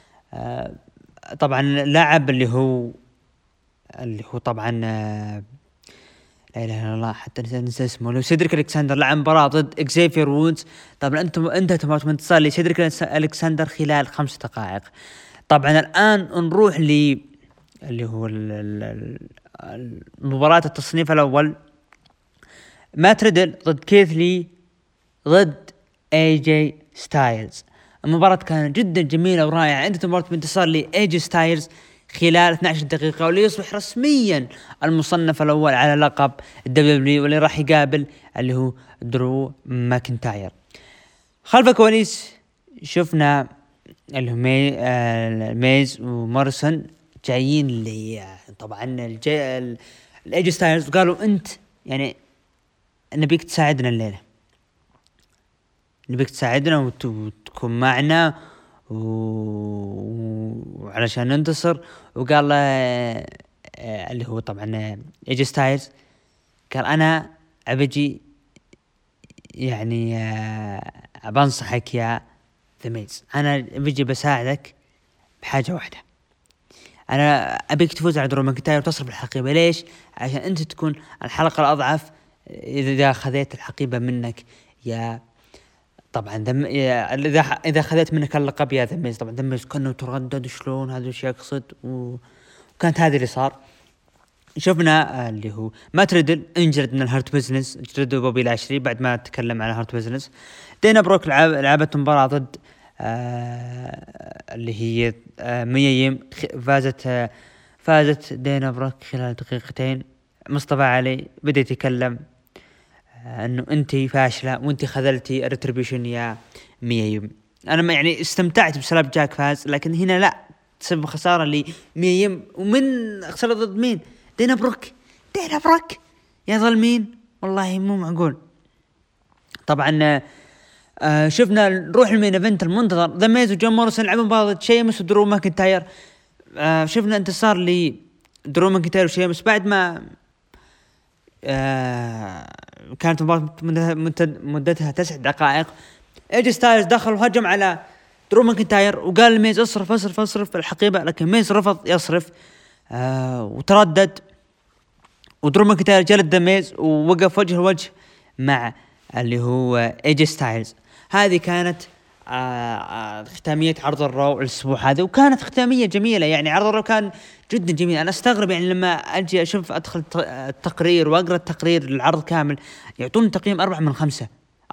طبعا لاعب اللي هو طبعا لا اله الا الله حتى ننسى اسمه، لو سيدريك الكسندر لعب مباراة ضد اكزيفير وودز. طبعا انتهت مباراة انتصار لسيدريك الكسندر خلال 5 دقائق. طبعا الان نروح اللي هو مباراة التصنيف الاول، مات ريدل ضد كيث لي ضد اي جي ستايلز. المباراة كانت جدا جميلة ورائعة. انتهت مباراة بانتصار لاي جي ستايلز خلال 12 دقيقة، وليصبح رسميا المصنف الأول على لقب الدبليو واللي راح يقابل اللي هو درو ماكنتاير. خلف الكواليس شفنا اللي هو ميز ومورسون جايين لي طبعا الايجي ستايلز وقالوا انت يعني نبيك تساعدنا الليلة، نبيك تساعدنا وتكون معنا وعلشان ننتصر. وقال له اللي هو طبعا ايجي ستايلز قال انا ابجي يعني بنصحك يا ذا ميز، انا بجي بساعدك بحاجة واحدة، انا ابيك تفوز على درو ماكنتاير وتصرف الحقيبة. ليش؟ عشان انت تكون الحلقة الاضعف اذا خذيت الحقيبة منك يا طبعا اذا خذيت منك اللقب يا ذا ميز. طبعا ذا ميز كانه تردد شلون هذا الشيء يقصد، وكانت هذه اللي صار. شفنا اللي هو مات ريدل انجلد من الهارت بيزنس، جلدوا بوبي لاشري بعد ما تكلم على الهارت بيزنس. دينا بروك لعبت مباراة ضد اللي هي ميا يم، فازت دينا بروك خلال 2 دقيقتين. مصطفى علي بدأ يتكلم انه انتي فاشلة وانتي خذلتي الريتريبيوشن يا ميا يم. انا ما يعني استمتعت بسلاب جاك فاز، لكن هنا لا، تسبب خسارة لميا يم. ومن خسارة ضد مين؟ دينا بروك يا ظالمين والله مو معقول. طبعا شفنا نروح المين ايفنت المنتظر، ذا ميز وجون مورسون لعبوا مباراة شيمس ودرو ماكنتاير. شفنا انتصار لدرو ماكنتاير وشيمس بعد ما كانت مباراة مدتها 9 دقائق. ايجي ستايلز دخل وهجم على درو ماكنتاير وقال الميز اصرف الحقيبة، لكن ميز رفض يصرف وتردد، ودرو ماكنتاير جلد ذا ميز ووقف وجه لوجه مع اللي هو ايجي ستايلز. هذه كانت ختامية عرض الرو الاسبوع هذا، وكانت ختامية جميلة. يعني عرض الرو كان جدا جميل. انا استغرب يعني لما اجي اشوف ادخل التقرير واقرا التقرير للعرض كامل يعطون تقييم 4 من 5،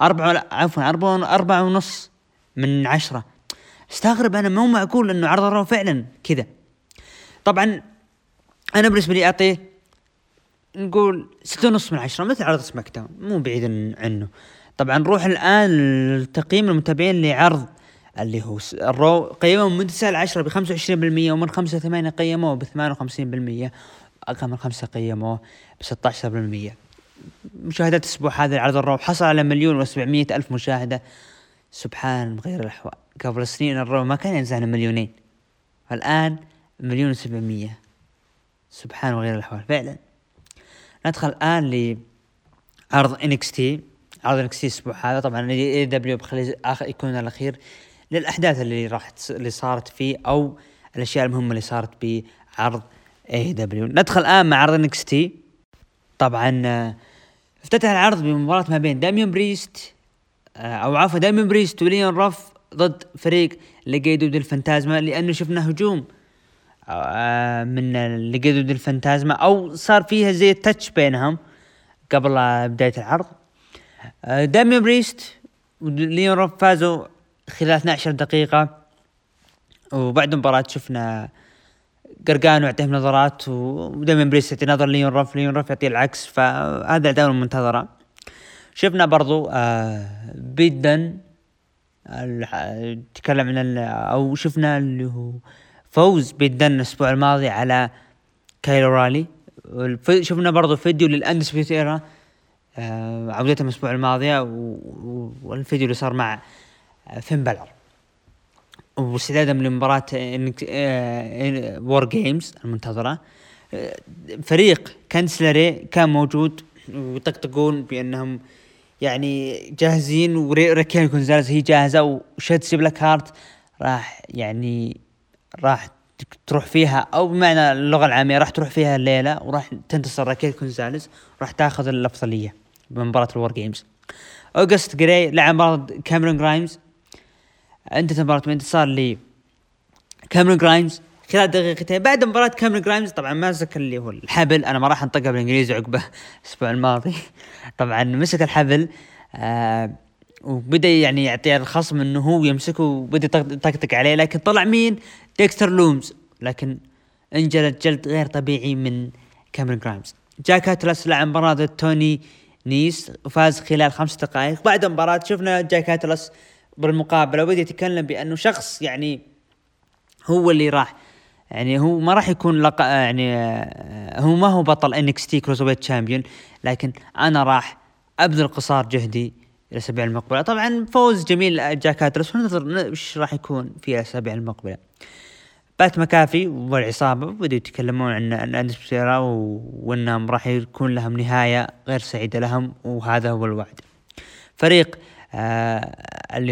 4.5 من 10. استغرب انا، مو معقول انه عرض الرو فعلا كذا. طبعا انا بالنسبة لي اعطيه نقول 6.5 من 10 مثل عرض سماك داون، مو بعيد عنه. طبعا نروح الآن لتقييم المتابعين لعرض اللي هو الرو. قيموا من 9 ل 10 ب 25%، ومن 5 ل 8 قيموا ب 58%. أقل من 5 قيموه ب16%. مشاهدات الأسبوع هذا العرض الرو حصل على 1,700,000 مشاهدة. سبحان مغير الأحوال، قبل سنين الرو ما كان ينزل 2,000,000، الآن 1,700,000. سبحان مغير الأحوال فعلا. ندخل الآن لعرض NXT. عرض NXT الأسبوع هذا طبعا AEW بخلي يكون الأخير للأحداث اللي صارت فيه أو الأشياء المهمة اللي صارت بعرض AEW. ندخل الآن مع عرض NXT. طبعا افتتح العرض بمباراة ما بين داميان بريست وليون رف ضد فريق ليجيدو دي الفانتازما، لأنه شفنا هجوم من ليجيدو دي الفانتازما أو صار فيها زي التاتش بينهم قبل بداية العرض. داميان بريست وليون رف فازوا خلال 12 دقيقة، وبعد المباراة شفنا قرقانو يعطيهم نظرات وداميان بريست يعطي نظر ليون رف يعطي العكس، فهذا الدورة المنتظرة. شفنا برضو بيدن تكلم عن أو شفنا اللي هو فوز بيدن الأسبوع الماضي على كايل رالي. شفنا برضو فيديو للأندسبيوتد إيرا عودتهم الأسبوع الماضي، والفيديو اللي صار مع فين بلر واستعدادهم لمباراة وور جيمز المنتظرة. فريق كانسلري كان موجود ويطقطقون بأنهم يعني جاهزين، وريكيل كونزاليس هي جاهزة، وشيتسي بلاك هارت راح تروح فيها، أو بمعنى اللغة العامية راح تروح فيها الليلة وراح تنتصر ريكيل كونزاليس وراح تأخذ الأفضلية بمباراة الوور جيمز. أوغست جراي لعب مباراة كاميرون جرايمز، انتهت مباراة بانتصار لي كاميرون جرايمز خلال دقيقتين. بعد مباراة كاميرون جرايمز طبعا ماسك اللي هو الحبل، انا ما راح انطقها بالانجليزي عقبه الاسبوع الماضي. طبعا مسك الحبل وبدا يعني يعطي الخصم انه هو يمسكه وبدا يطقطق عليه، لكن طلع مين؟ ديكستر لومز، لكن انجلد جلد غير طبيعي من كاميرون جرايمز. جاك هاتلس لعب مباراة ضد توني نيس وفاز خلال 5 دقائق. بعد المباراة شفنا جاك هاتلس بالمقابلة وبدأ يتكلم بأنه شخص يعني هو اللي راح يعني هو ما راح يكون هو ما هو بطل NXT كروسوفيت تشامبيون، لكن أنا راح أبذل قصار جهدي الأسابيع المقبلة. طبعا فوز جميل جاك هاتلس، وننظر إيش راح يكون في الأسابيع المقبلة. بات مكافي والعصابة بدأوا يتكلمون عن أندسبيرا وأنهم راح يكون لهم نهاية غير سعيدة لهم، وهذا هو الوعد. فريق اللي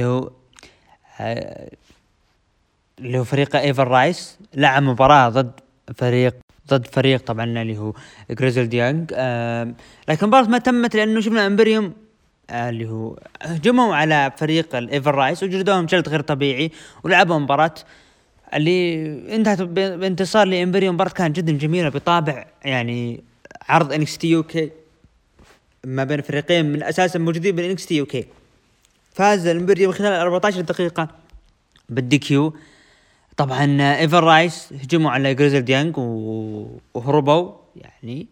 هو فريق ايفر رايس لعب مباراة ضد فريق طبعا اللي هو غريزل ديانغ، لكن مباراة ما تمت لأنه شفنا امبريوم اللي هو هجموا على فريق الايفر رايس وجلدوهم جلد غير طبيعي، ولعبوا مباراة اللي انتهت بانتصار لامبريوم. مباراة كانت جدا جميلة بطابع يعني عرض NXT UK ما بين فريقين من اساسا موجودين بال NXT UK. فاز الامبريوم خلال 14 دقيقة بالدي كيو. طبعا ايفر رايس هجموا على غريزل ديانغ وهربوا يعني،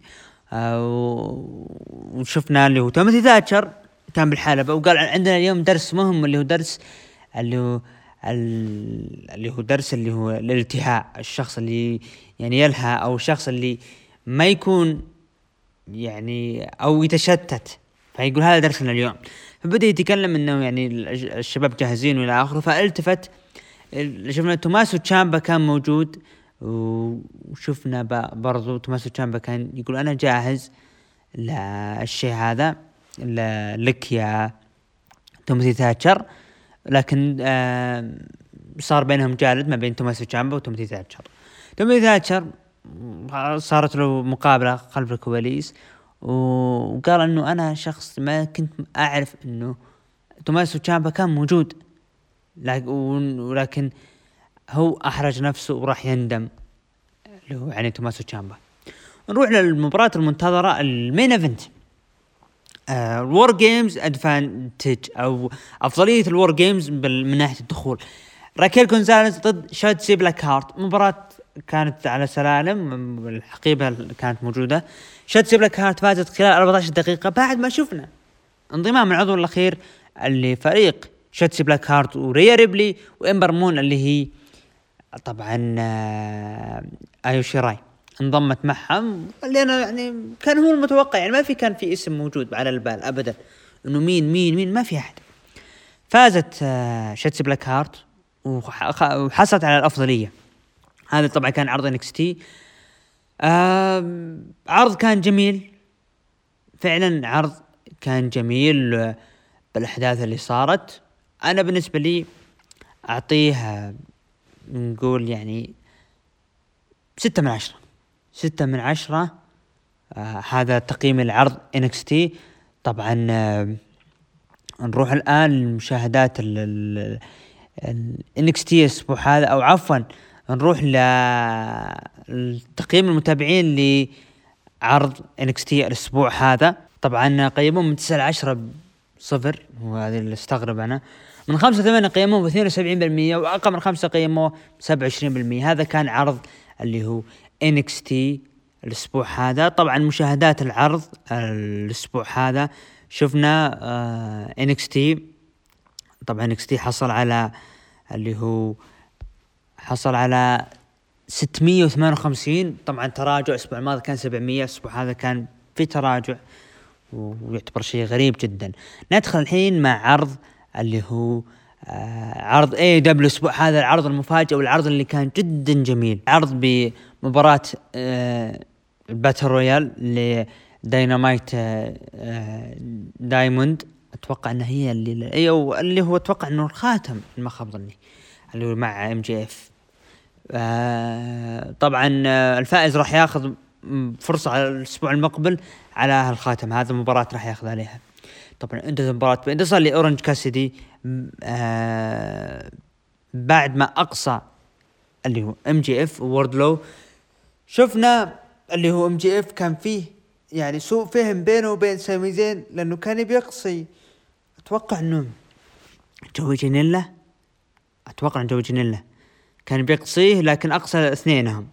وشفنا اللي هو توماثي ثاتشر كان بالحلبة وقال عندنا اليوم درس مهم، اللي هو درس اللي هو الالتهاء، الشخص اللي يعني يلهى او الشخص اللي ما يكون يعني او يتشتت، فيقول هذا درسنا اليوم. فبدأ يتكلم انه يعني الشباب جاهزين والى اخره. فالتفت شفنا توماسو تشامبا كان موجود، وشفنا برضو توماسو تشامبا كان يقول انا جاهز للشيء هذا لك يا توماثي ثاتشر. لكن صار بينهم جالد ما بين توماسو تشامبا وتوماثي ثاتشر. توماثي ثاتشر صارت له مقابلة خلف الكواليس وقال انه انا شخص ما كنت اعرف انه توماسو تشامبا كان موجود، ولكن هو احرج نفسه وراح يندم اللي هو يعني توماسو تشامبا. نروح للمباراة المنتظرة المين ايفنت، الوور جيمز ادفانتج او افضلية الوور جيمز من ناحية الدخول. راكيل كونزاليس ضد شيتسي بلاك هارت. مباراة كانت على سلالم، الحقيبة كانت موجودة. شيتسي بلاك هارت فازت خلال 14 دقيقة بعد ما شفنا انضمام العضو الأخير اللي فريق شيتسي بلاك هارت وريا ريبلي وإمبر مون اللي هي طبعا آيو شيراي. انضمت معهم، اللي انا يعني كان هو المتوقع، يعني ما في كان في اسم موجود على البال ابدا انه مين ما في احد. فازت شاتس بلاك هارت وحصلت على الافضليه. هذا طبعا كان عرض NXT. عرض كان جميل فعلا، عرض كان جميل بالاحداث اللي صارت. انا بالنسبه لي اعطيه نقول يعني 6/10. 6/10. هذا تقييم العرض NXT. طبعا نروح الآن لمشاهدات ال NXT الأسبوع هذا، أو عفوا نروح لتقييم المتابعين لعرض NXT الأسبوع هذا. طبعا قيموه من 9 ل10 0، وهذا اللي استغرب أنا. من 5 ل8 قيموه ب72%، وأقل من 5 قيموه ب27%. هذا كان عرض اللي هو NXT الأسبوع هذا. طبعا مشاهدات العرض الأسبوع هذا شفنا NXT. طبعا NXT حصل على اللي هو حصل على 658. طبعا تراجع، الأسبوع الماضي كان 700، الأسبوع هذا كان في تراجع، ويعتبر شيء غريب جدا. ندخل الحين مع عرض اللي هو عرض AEW الأسبوع هذا، العرض المفاجئ والعرض اللي كان جدا جميل. عرض بمباراة الباتل رويال لداينامايت دايموند. اتوقع ان هي اللي هو اتوقع انه الخاتم، ما خاب ظني، اللي هو مع MJF. طبعا الفائز راح ياخذ فرصة على الاسبوع المقبل على الخاتم. هذا مباراة راح ياخذ عليها. طبعا انتهت المباراة بانتصار لأورنج كاسيدي بعد ما اقصى اللي هو MJF ووردلو. شفنا اللي هو MJF كان فيه يعني سوء فهم بينه وبين سامي زين، لانه كان بيقصي اتوقع انه جوي جينيلا، كان بيقصيه، لكن اقصى اثنينهم.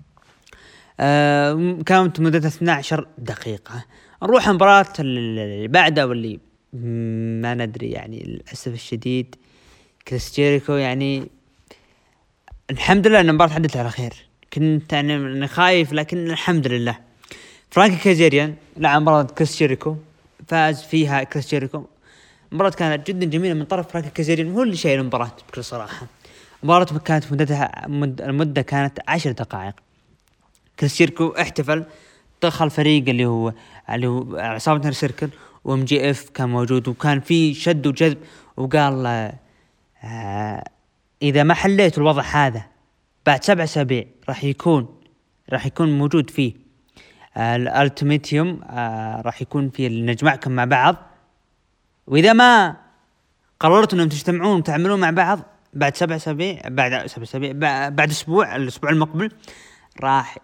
كانت مدتها 12 دقيقة. نروح المباراة اللي بعدها واللي ما ندري، يعني للأسف الشديد كريس جيريكو. يعني الحمد لله ان المباراة عدت على خير، كنت يعني خايف لكن الحمد لله. فرانكي كازيريان لعب مباراة كريس جيريكو، فاز فيها كريس جيريكو. المباراة كانت جدا جميلة من طرف فرانكي كازيريان، هو اللي شايل المباراة بكل صراحة. المباراة كانت المدة كانت 10 دقائق. كريس جيريكو احتفل، دخل فريق اللي هو عصابة سيركل، وMJF كان موجود، وكان في شد وجذب، وقال إذا ما حليت الوضع هذا بعد 7 أسابيع راح يكون موجود فيه الالتيميتيوم، راح يكون في نجمعكم مع بعض، واذا ما قررتوا انكم تجتمعون وتعملون مع بعض بعد 7 أسابيع، بعد الاسبوع المقبل راح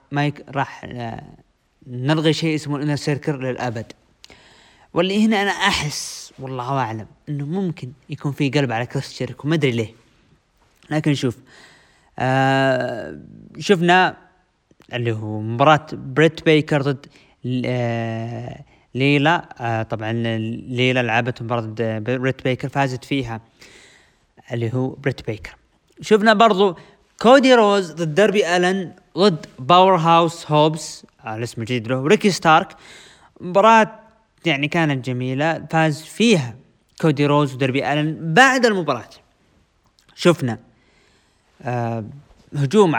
نلغي شيء اسمه الانر سيركل للابد. واللي هنا انا احس والله اعلم انه ممكن يكون في قلب على كريس جيريكو، ما ادري ليه. لكن شوف شفنا اللي هو مباراة بريت بيكر ضد ليلا. طبعا ليلا لعبت مباراة ضد بريت بيكر، فازت فيها اللي هو بريت بيكر. شفنا برضو كودي روز ضد ديربي ألن ضد باور هاوس هوبس، الاسم الجديد له، ريكي ستارك. مباراة يعني كانت جميلة، فاز فيها كودي روز وديربي ألن. بعد المباراة شفنا هجوم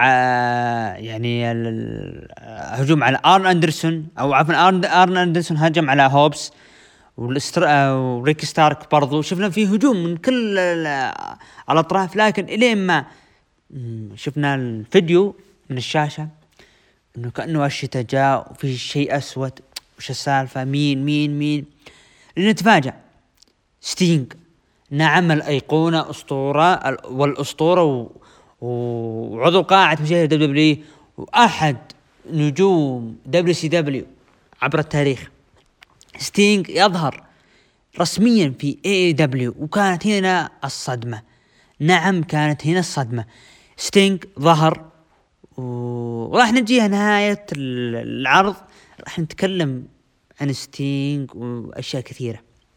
على أرن أندرسون، أو عفوا أرن أندرسون هجم على هوبس وريكي ستارك. برضو شفنا فيه هجوم من كل الأطراف، لكن إلين ما شفنا الفيديو من الشاشة إنه كأنه الشتاء جاء وفي شيء أسود. وش السالفة؟ مين لنتفاجأ ستينج. نعم، الأيقونة، أسطورة والأسطورة وعضو قاعة مشاهير WWE، وأحد نجوم WCW عبر التاريخ. ستينج يظهر رسميا في AEW، وكانت هنا الصدمة. نعم، كانت هنا الصدمة. ستينج ظهر، وراح نجيها نهاية العرض، راح نتكلم عن ستينج وأشياء كثيرة.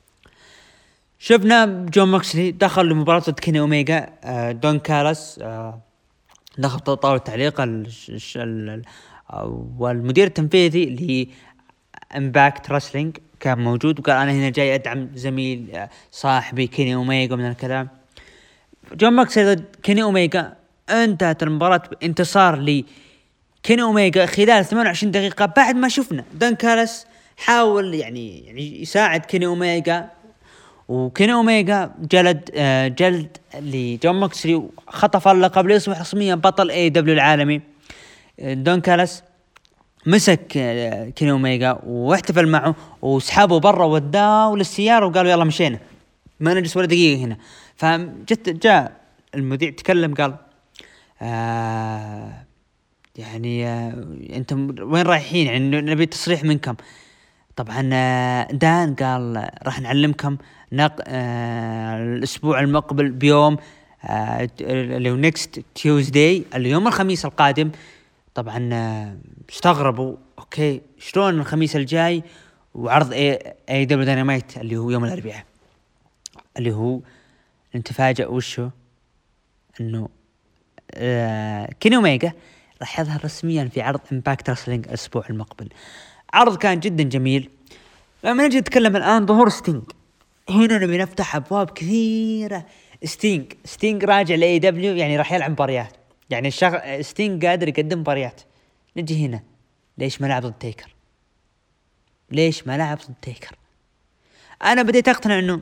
شفنا جون موكسلي دخل لمباراة ضد كيني أوميجا. دون كالاس دخل طاولة تعليق والمدير التنفيذي لإمباكت رسلينج كان موجود وقال أنا هنا جاي أدعم زميل صاحبي كيني أوميجا من الكلام. جون موكسلي ضد كيني أوميجا، انتهت المباراة بانتصار لكيني أوميجا خلال 28 دقيقة بعد ما شفنا دون كالس حاول يعني يساعد كيني أوميجا، وكيني أوميجا جلد لجون موكسلي وخطف اللقب ليصبح رسميا بطل AEW العالمي. دون كالس مسك كيني أوميجا واحتفل معه وسحبه برا وداه للسيارة وقالوا يلا مشينا ما نجلس ولا دقيقة هنا. جاء المذيع تكلم قال يعني انتم وين رايحين؟ يعني نبي تصريح منكم. طبعا دان قال راح نعلمكم الاسبوع المقبل بيوم اللي هو نيكست تيوزداي، اليوم الخميس القادم. طبعا استغربوا اوكي شلون الخميس الجاي وعرض AEW داينامايت اللي هو يوم الاربعاء، اللي هو نتفاجأ وشو انه كيني أوميجا راح يظهر رسميا في عرض امباكت رسلينج الاسبوع المقبل. عرض كان جدا جميل. لما نجي نتكلم الان ظهور ستينج، هنا نبي نفتح ابواب كثيرة. ستينج راجع AEW، يعني راح يلعب مباريات، يعني ستينج قادر يقدم مباريات. نجي هنا ليش ما لعب ضد تيكر؟ ليش ما لعب ضد تيكر؟ انا بديت اقتنع انه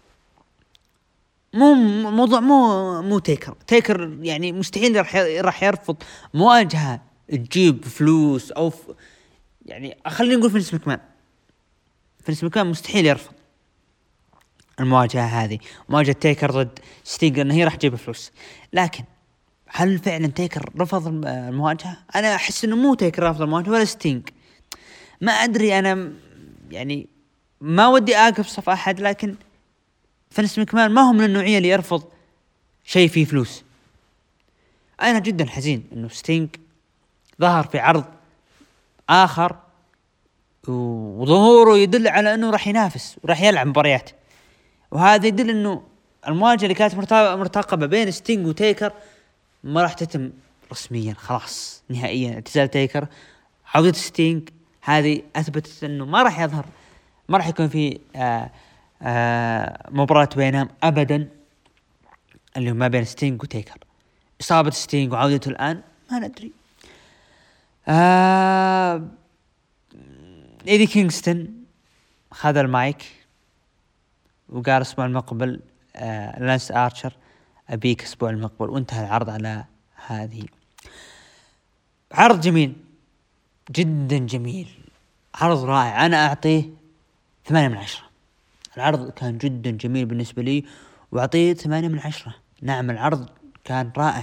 موضوع مو تيكر يعني مستحيل راح يرفض مواجهة تجيب فلوس او يعني خلينا نقول فينس مكمان مستحيل يرفض المواجهة هذه، مواجهة تيكر ضد ستينج، انه هي راح تجيب فلوس. لكن هل فعلا تيكر رفض المواجهة؟ انا احس انه مو تيكر رفض المواجهة ولا ستينج، ما ادري. انا يعني ما ودي اقف صف احد، لكن فينس مكمان ما هو من النوعية اللي يرفض شيء فيه فلوس. انا جدا حزين انه ستينج ظهر في عرض اخر وظهوره يدل على انه راح ينافس وراح يلعب مباريات، وهذا يدل انه المواجهة اللي كانت مرتقبة بين ستينج وتيكر ما راح تتم رسميا، خلاص نهائيا اعتزال تيكر، عودة ستينج. هذه اثبتت انه ما راح يظهر، ما راح يكون في مباراة بينهم ابدا اللي ما بين ستينج وتيكر. اصابة ستينج وعودته الان ما ندري. ايدي كينغستون خذ المايك وقال الاسبوع المقبل لانس آرشر ابيك الاسبوع المقبل، وانتهى العرض على هذه. عرض جميل جدا جميل، عرض رائع، انا اعطيه 8/10. العرض كان جدا جميل بالنسبة لي واعطيه 8/10. نعم العرض كان رائع.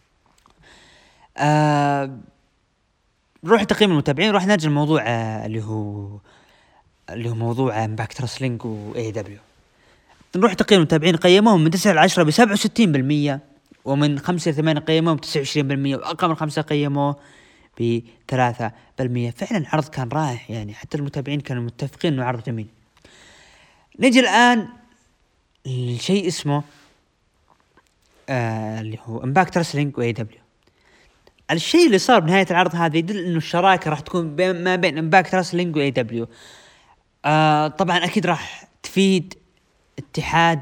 نروح تقييم المتابعين، راح نرجع الموضوع اللي هو موضوع امباكت رسلينج و AEW. نروح تقييم المتابعين، قيموهم من 9 ل10 ب67%، ومن 5 ل 8 قيموهم 29%، واقل من 5 قيموه ب3%. فعلا عرض كان رائع، يعني حتى المتابعين كانوا متفقين انه عرض جميل. نجي الان الشيء اسمه اللي هو امباكت رسلينج و AEW. الشيء اللي صار بنهاية العرض هذا يدل انه الشراكة راح تكون ما بين امباكت رسلينج و AEW. طبعا اكيد راح تفيد اتحاد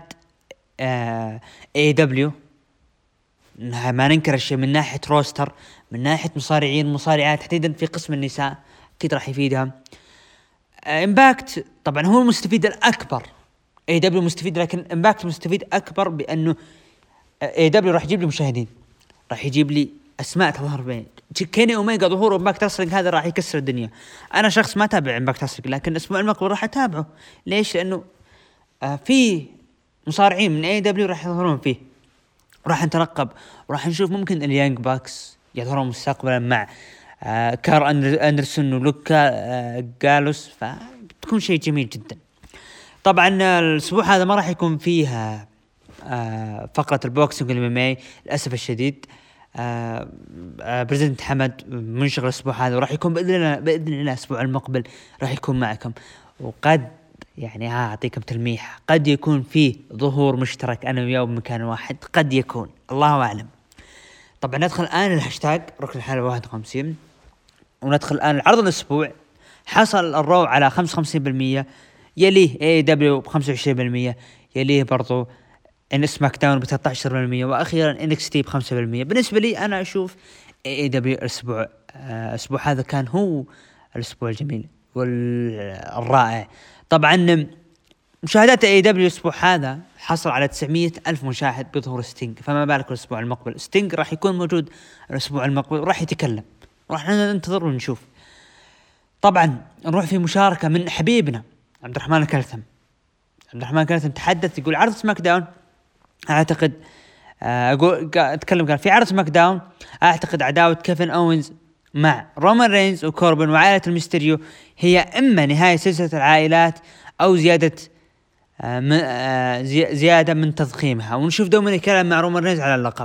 AEW، ما ننكر الشيء، من ناحية روستر، من ناحية مصارعات تحديدا في قسم النساء اكيد راح يفيدها. امباكت طبعا هو المستفيد الاكبر، AEW مستفيد، لكن امباكت مستفيد اكبر بانه AEW راح يجيب لي مشاهدين، راح يجيب لي اسماء تظهر بين كيني أوميجا. ظهوره امباكت رسلينج هذا راح يكسر الدنيا. انا شخص ما تابع امباكت رسلينج، لكن الاسبوع المقبل راح اتابعه. ليش؟ لانه في مصارعين من AEW راح يظهرون فيه، راح نترقب وراح نشوف ممكن اليانج باكس يظهرون مستقبلا مع كار أندرسون ولوكا جالوس، فبتكون شيء جميل جدا. طبعا الاسبوع هذا ما راح يكون فيها فقرة البوكسينج والMMA للأسف الشديد. بريزنت حمد منشغل الاسبوع هذا، وراح يكون باذن الله الاسبوع المقبل راح يكون معكم. وقد يعني اعطيكم تلميح، قد يكون فيه ظهور مشترك انا وياه بمكان واحد، قد يكون، الله اعلم. طبعا ندخل الان الهاشتاج ركن الحلبة 51. وندخل الآن العرض الأسبوع. حصل الرو على 55%، يليه اي دبليو ب 25%، يليه برضو ان سماك داون ب 13%، واخيرا انكس تي ب 5%. بالنسبه لي انا اشوف اي دبليو الاسبوع هذا كان هو الاسبوع الجميل والرائع. طبعا مشاهدات اي دبليو الاسبوع هذا حصل على 900 ألف مشاهد بظهور ستينج، فما بالك الاسبوع المقبل. ستينج راح يكون موجود الاسبوع المقبل وراح يتكلم، راح ننتظر ونشوف. طبعا نروح في مشاركة من حبيبنا عبد الرحمن الكلثم تحدث، يقول عرض سماك داون اعتقد اتكلم قال في عرض سماك داون اعتقد عداوة كيفن اوينز مع رومان رينز وكوربن وعائلة الميستيريو هي اما نهاية سلسلة العائلات او زيادة من تضخيمها، ونشوف دومينيك كلام مع رومان رينز على اللقب.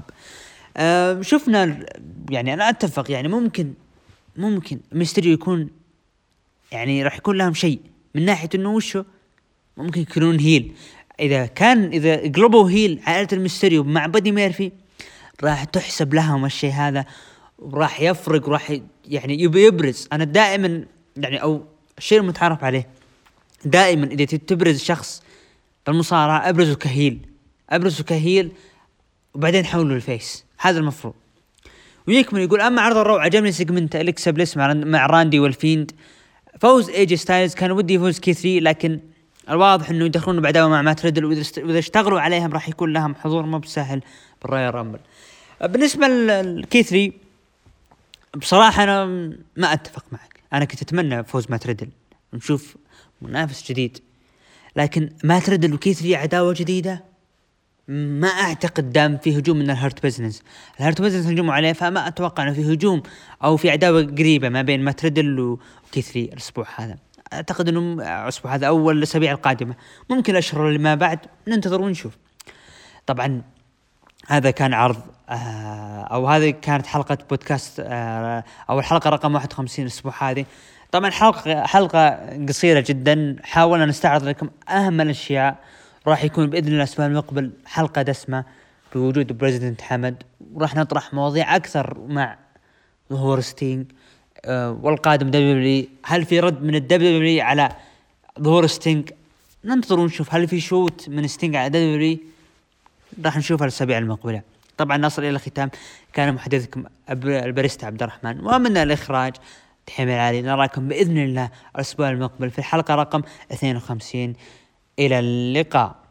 شفنا يعني انا اتفق، يعني ممكن ميستيريو يكون يعني راح يكون لهم شيء من ناحية انه وشه ممكن يكونون هيل. اذا قلبوا هيل عائلة الميستيريو مع بادي ميرفي راح تحسب لهم الشيء هذا، وراح يفرق وراح يعني يبرز. انا دائما يعني او الشيء المتعارف عليه دائما اذا تبرز شخص بالمصارعة ابرزه كهيل وبعدين حوله الفيس، هذا المفروض. ويكمل يقول اما عرض الرو عجبني سيجمنت اليكسا بليس مع راندي والفيند. فوز ايجي ستايلز كان ودي يفوز كي 3، لكن الواضح انه يدخلون بعداوة مع مات ريدل، واذا اشتغلوا عليهم راح يكون لهم حضور مو بسهل بالرايال رامبل. بالنسبة للكي 3 بصراحة انا ما اتفق معك، انا كنت اتمنى فوز مات ريدل نشوف منافس جديد، لكن مات ريدل وكي 3 عداوة جديدة ما اعتقد دام في هجوم من الهارت بيزنس هجوموا عليه، فما اتوقع انه في هجوم او في عداوة قريبة ما بين مات ريدل وكي 3 الاسبوع هذا. اعتقد انه الاسبوع هذا اول الاسابيع القادمة، ممكن الاشهر اللي ما بعد ننتظر ونشوف. طبعا هذا كان عرض او هذه كانت حلقة بودكاست او الحلقة رقم 51 الاسبوع هذه. طبعا حلقة قصيرة جدا، حاولنا نستعرض لكم اهم الاشياء. راح يكون باذن الله الاسبوع المقبل حلقة دسمة بوجود بريزيدنت حمد، وراح نطرح مواضيع اكثر مع ظهور ستينج والقادم دبليو. هل في رد من الدبليو على ظهور ستينج؟ ننتظر ونشوف. هل في شوت من ستينج على دبليو؟ راح نشوفها الاسابيع المقبلة. طبعا نصل الى الختام، كان محدثكم الباريستا عبد الرحمن، ومن الاخراج تحية العالي. نراكم باذن الله الاسبوع المقبل في الحلقة رقم 52. الى اللقاء.